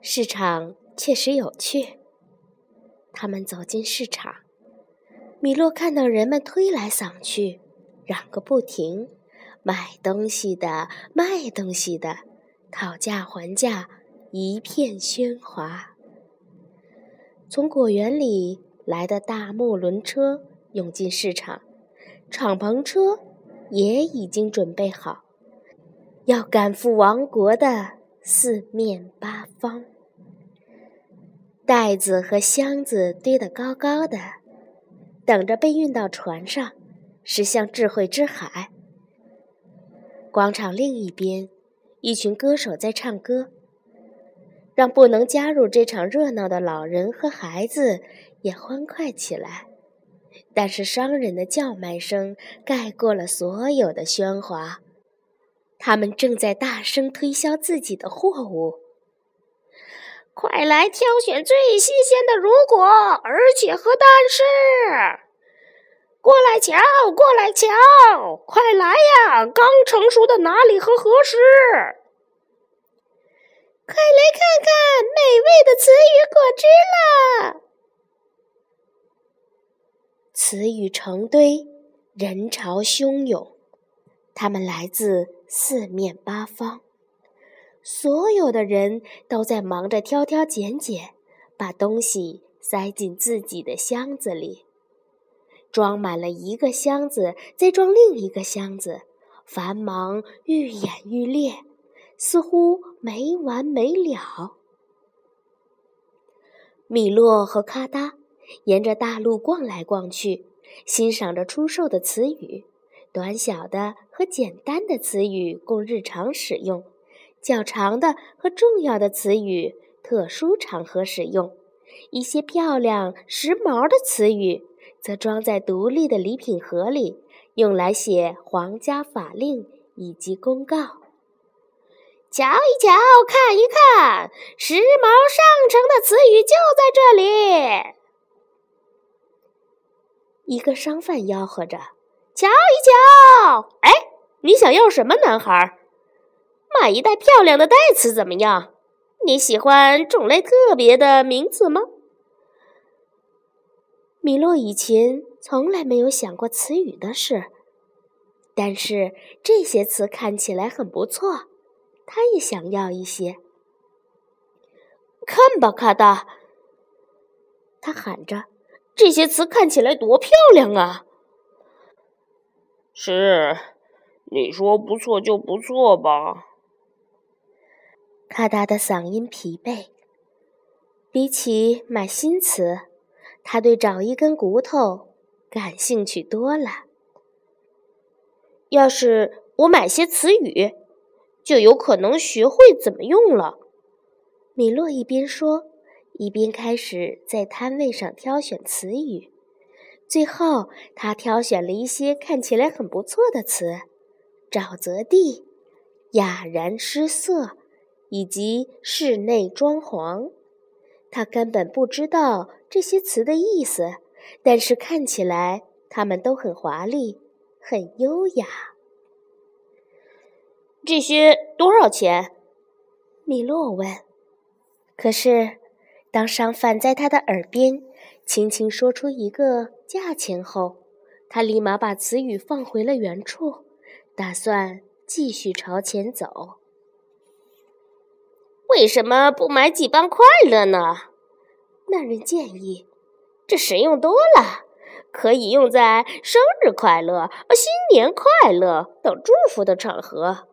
市场确实有趣。他们走进市场，米洛看到人们推来搡去，嚷个不停，买东西的，卖东西的，讨价还价，一片喧哗。从果园里来的大木轮车涌进市场，敞篷车也已经准备好，要赶赴王国的四面八方。袋子和箱子堆得高高的，等着被运到船上，驶向智慧之海。广场另一边，一群歌手在唱歌，让不能加入这场热闹的老人和孩子也欢快起来。但是商人的叫卖声盖过了所有的喧哗，他们正在大声推销自己的货物。快来挑选最新鲜的乳果，而且和蛋是。过来瞧，过来瞧，快来呀！刚成熟的哪里和合适？快来看看美味的词语果汁了！词语成堆，人潮汹涌，他们来自四面八方。所有的人都在忙着挑挑拣拣，把东西塞进自己的箱子里。装满了一个箱子，再装另一个箱子，繁忙愈演愈烈，似乎没完没了。米洛和咔哒沿着大路逛来逛去，欣赏着出售的词语，短小的和简单的词语供日常使用，较长的和重要的词语特殊场合使用，一些漂亮时髦的词语则装在独立的礼品盒里，用来写皇家法令以及公告。瞧一瞧，看一看，时髦上乘的词语就在这里。一个商贩吆喝着：瞧一瞧！哎，你想要什么，男孩？买一袋漂亮的代词怎么样？你喜欢种类特别的名词吗？米洛以前从来没有想过词语的事，但是这些词看起来很不错，他也想要一些。看吧，咔哒！他喊着，这些词看起来多漂亮啊！ 是，你说不错就不错吧。 咔哒的嗓音疲惫，比起买新词，他对找一根骨头感兴趣多了。要是我买些词语，就有可能学会怎么用了。米洛一边说，一边开始在摊位上挑选词语。最后，他挑选了一些看起来很不错的词：沼泽地、哑然失色以及室内装潢。他根本不知道这些词的意思，但是看起来它们都很华丽，很优雅。这些多少钱？米洛问。可是，当商贩在他的耳边轻轻说出一个价钱后，他立马把词语放回了原处，打算继续朝前走。为什么不买几磅快乐呢？那人建议，这实用多了，可以用在生日快乐、新年快乐等祝福的场合。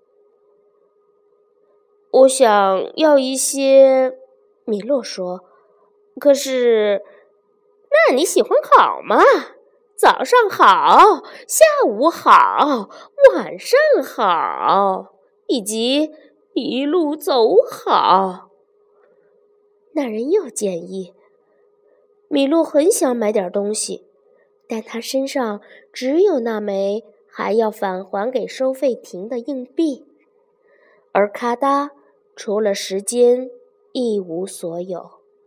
我想要一些，米洛说，可是，那你喜欢好吗？早上好，下午好，晚上好，以及一路走好。那人又建议，米洛很想买点东西，但他身上只有那枚还要返还给收费亭的硬币，而咔哒除了时间一无所有。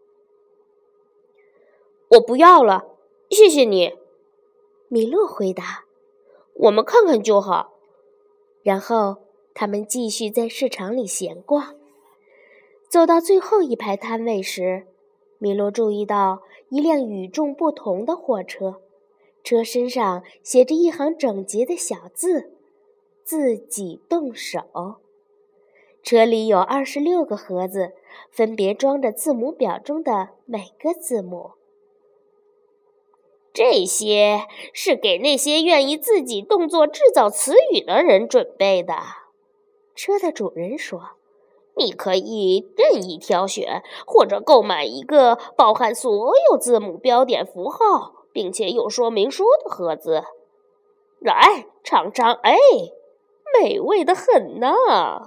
我不要了，谢谢你，米洛回答。我们看看就好。然后他们继续在市场里闲逛。 走到最后一排摊位时，米洛注意到一辆与众不同的货车，车身上写着一行整洁的小字：自己动手。车里有26个盒子，分别装着字母表中的每个字母。 这些是给那些愿意自己动作制造词语的人准备的， 车的主人说。 你可以任意挑选，或者购买一个包含所有字母标点符号并且有说明书的盒子。来，尝尝 A， 美味得很呢。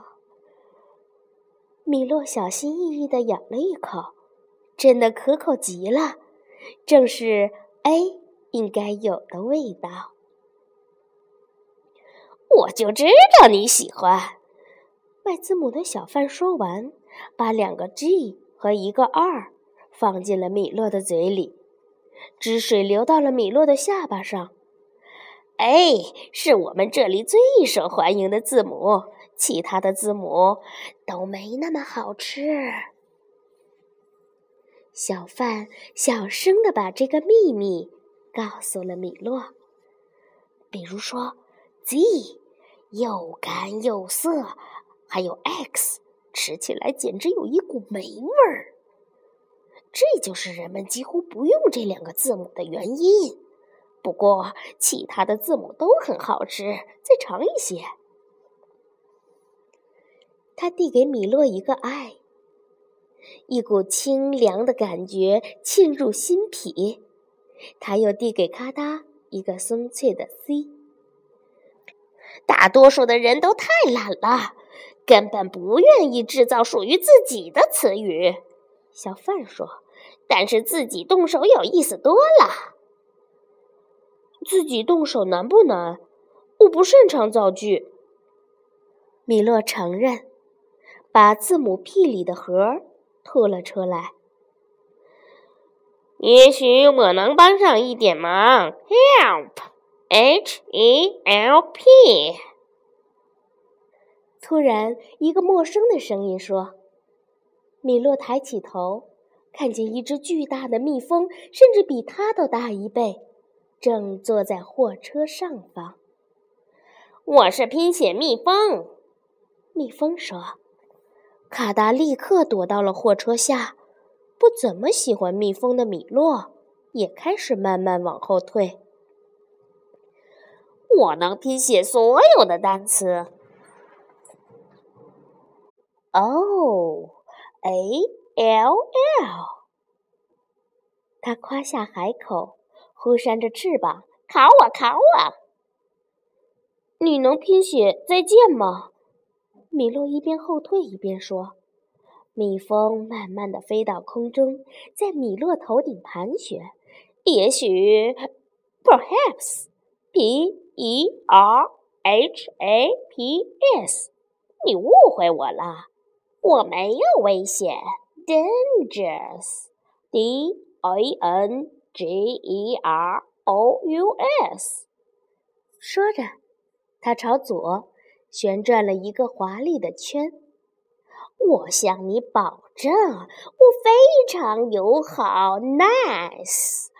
米洛小心翼翼地咬了一口，真的可口极了，正是 A 应该有的味道。 我就知道你喜欢。 卖字母的小贩说完，把2个 G 和1个 R 放进了米洛的嘴里，汁水流到了米洛的下巴上。 A 是我们这里最受欢迎的字母，其他的字母都没那么好吃。 小贩小声地把这个秘密告诉了米洛。比如说 Z 又干又涩，还有 X 吃起来简直有一股霉味儿。这就是人们几乎不用这2个字母的原因。不过其他的字母都很好吃，再尝一些。他递给米洛一个 I， 一股清凉的感觉沁入心脾。他又递给咔嗒一个松脆的 C。 大多数的人都太懒了，根本不愿意制造属于自己的词语， 小贩说。 但是自己动手有意思多了。 自己动手难不难？我不擅长造句。米洛承认，把字母 P 里的盒吐了出来。 也许我能帮上一点忙。 Help， H-E-L-P。 突然，一个陌生的声音说。米洛抬起头，看见一只巨大的蜜蜂，甚至比他都大1倍，正坐在货车上方。 我是拼写蜜蜂， 蜜蜂说。卡达立刻躲到了货车下，不怎么喜欢蜜蜂的米洛也开始慢慢往后退。 我能拼写所有的单词。 哦 ，A-L-L。他夸下海口，忽扇着翅膀， 考我！ 你能拼写再见吗？米洛一边后退一边说。蜜蜂慢慢地飞到空中，在米洛头顶盘旋。 也许 perhaps P-E-R-H-A-P-S。 你误会我了，我没有危险。 Dangerous D-A-N-G-E-R-O-U-S。 说着，他朝左旋转了一个华丽的圈。 我向你保证，我非常友好。 Nice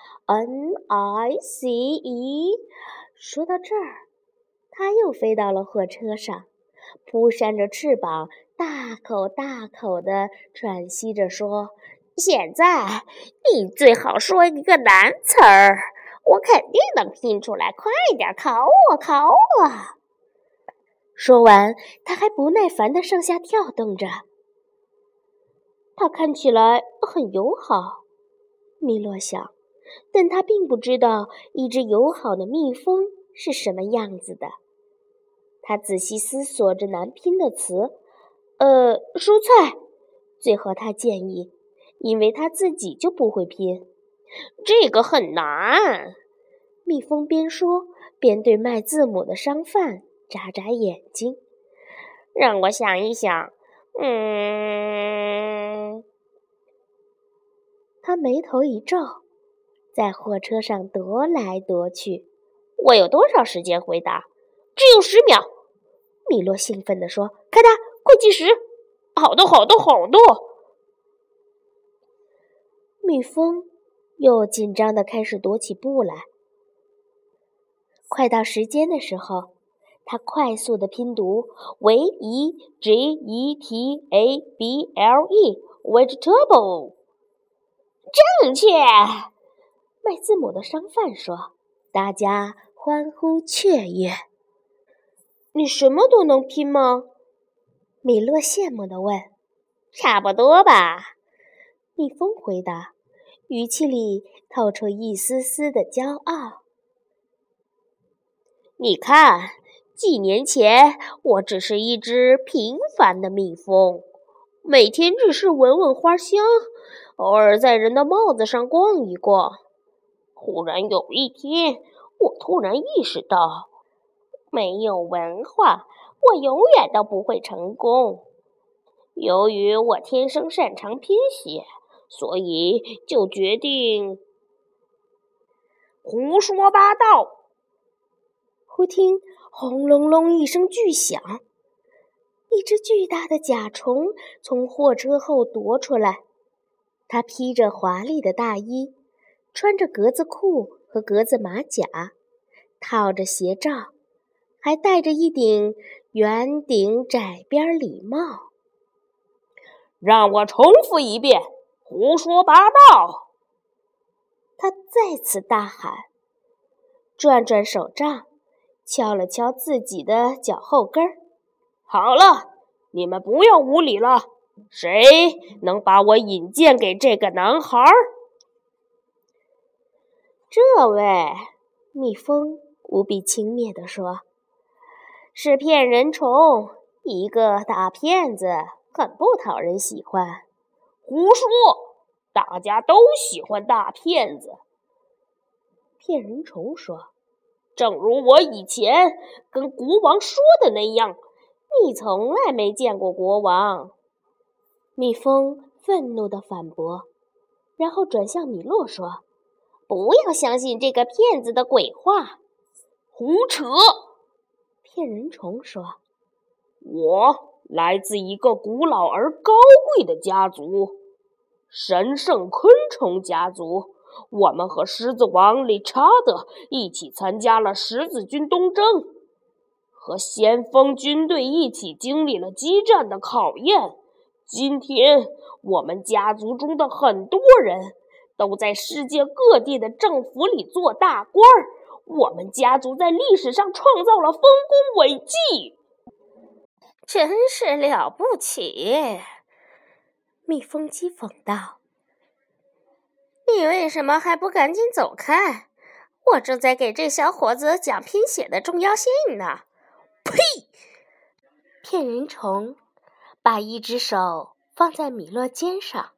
N-I-C-E。 说到这儿，他又飞到了货车上，扑扇着翅膀，大口大口地喘息着说。 现在你最好说一个难词儿，我肯定能拼出来，快点，考我！ 说完，他还不耐烦地上下跳动着。他看起来很友好，米洛想，但他并不知道一只友好的蜜蜂是什么样子的。他仔细思索着难拼的词，蔬菜。最后他建议，因为他自己就不会拼。 这个很难。 蜜蜂边说边对卖字母的商贩眨眨眼睛。 让我想一想。 他眉头一皱，在货车上踱来踱去。 我有多少时间回答？只有10秒。 米洛兴奋地说。咔嗒，快计时。 好的。 蜜蜂又紧张地开始踱起步来。快到时间的时候，他快速地拼读 vegetable vegetable。 正确！ 卖字母的商贩说，大家欢呼雀跃。 你什么都能拼吗？ 米洛羡慕地问。 差不多吧， 蜜蜂回答，语气里透出一丝丝的骄傲。 你看，几年前我只是一只平凡的蜜蜂，每天只是闻闻花香，偶尔在人的帽子上逛一逛。忽然有一天，我突然意识到，没有文化，我永远都不会成功。由于我天生擅长拼写，所以就决定胡说八道。 忽听轰隆隆一声巨响，一只巨大的甲虫从货车后踱出来。它披着华丽的大衣，穿着格子裤和格子马甲，套着鞋罩，还戴着一顶圆顶窄边礼帽。 让我重复一遍，胡说八道！ 他再次大喊，转转手杖，敲了敲自己的脚后跟儿。 好了，你们不要无礼了。谁能把我引荐给这个男孩？ 这位，蜜蜂无比轻蔑地说，是骗人虫，一个大骗子，很不讨人喜欢。 胡说！大家都喜欢大骗子。 骗人虫说， 正如我以前跟国王说的那样，你从来没见过国王。 蜜蜂愤怒地反驳，然后转向米洛说， 不要相信这个骗子的鬼话。胡扯！ 骗人虫说， 我来自一个古老而高贵的家族，神圣昆虫家族。我们和狮子王理查德一起参加了十字军东征，和先锋军队一起经历了激战的考验。今天，我们家族中的很多人都在世界各地的政府里做大官儿。我们家族在历史上创造了丰功伟绩。 真是了不起！蜜蜂讥讽道。你为什么还不赶紧走开？我正在给这小伙子讲拼写的重要性呢。 呸！ 骗人虫把一只手放在米洛肩上。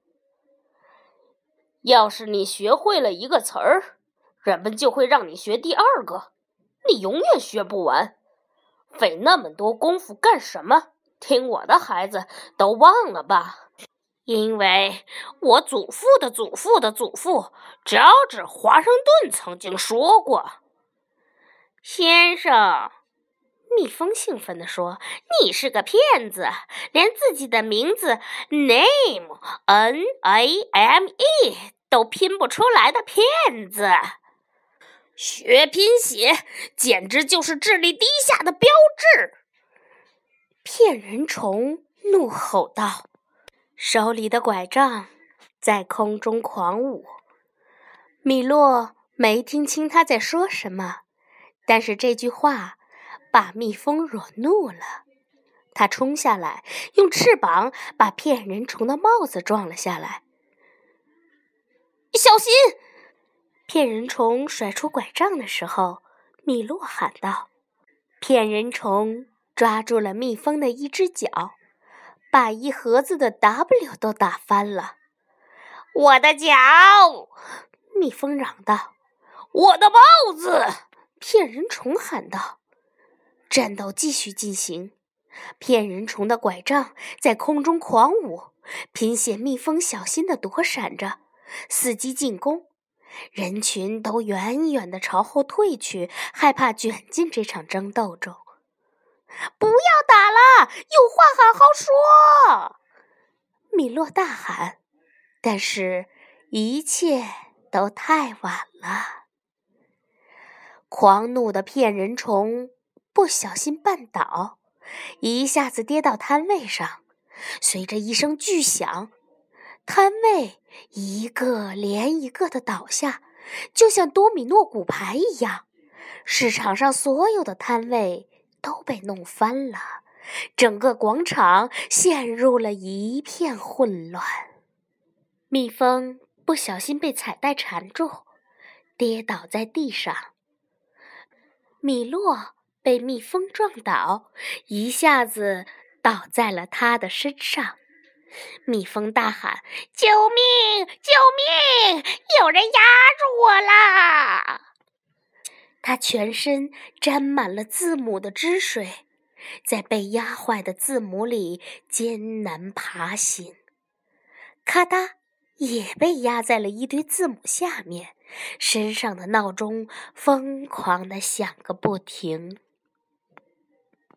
要是你学会了一个词儿，人们就会让你学第二个，你永远学不完。费那么多功夫干什么？听我的，孩子，都忘了吧。因为我祖父的祖父的祖父George华盛顿曾经说过。先生，蜜蜂兴奋地说，你是个骗子，连自己的名字 name N-A-M-E 都拼不出来的骗子。学拼写简直就是智力低下的标志。 骗人虫怒吼道，手里的拐杖在空中狂舞。米洛没听清他在说什么，但是这句话把蜜蜂惹怒了。他冲下来，用翅膀把骗人虫的帽子撞了下来。 小心！ 骗人虫甩出拐杖的时候，米洛喊道。骗人虫抓住了蜜蜂的一只脚，把一盒子的 W 都打翻了。 我的脚！ 蜜蜂嚷道。 我的帽子！ 骗人虫喊道。战斗继续进行，骗人虫的拐杖在空中狂舞，拼写蜜蜂小心地躲闪着，伺机进攻。人群都远远地朝后退去，害怕卷进这场争斗中。不要打了，有话好好说！米洛大喊，但是一切都太晚了。狂怒的骗人虫不小心绊倒，一下子跌到摊位上，随着一声巨响，摊位一个连一个的倒下，就像多米诺骨牌一样，市场上所有的摊位都被弄翻了，整个广场陷入了一片混乱。蜜蜂不小心被彩带缠住，跌倒在地上。米洛被蜜蜂撞倒，一下子倒在了他的身上。蜜蜂大喊：“救命！救命！有人压住我啦！”他全身沾满了字母的汁水，在被压坏的字母里艰难爬行。咔嗒，也被压在了一堆字母下面，身上的闹钟疯狂地响个不停。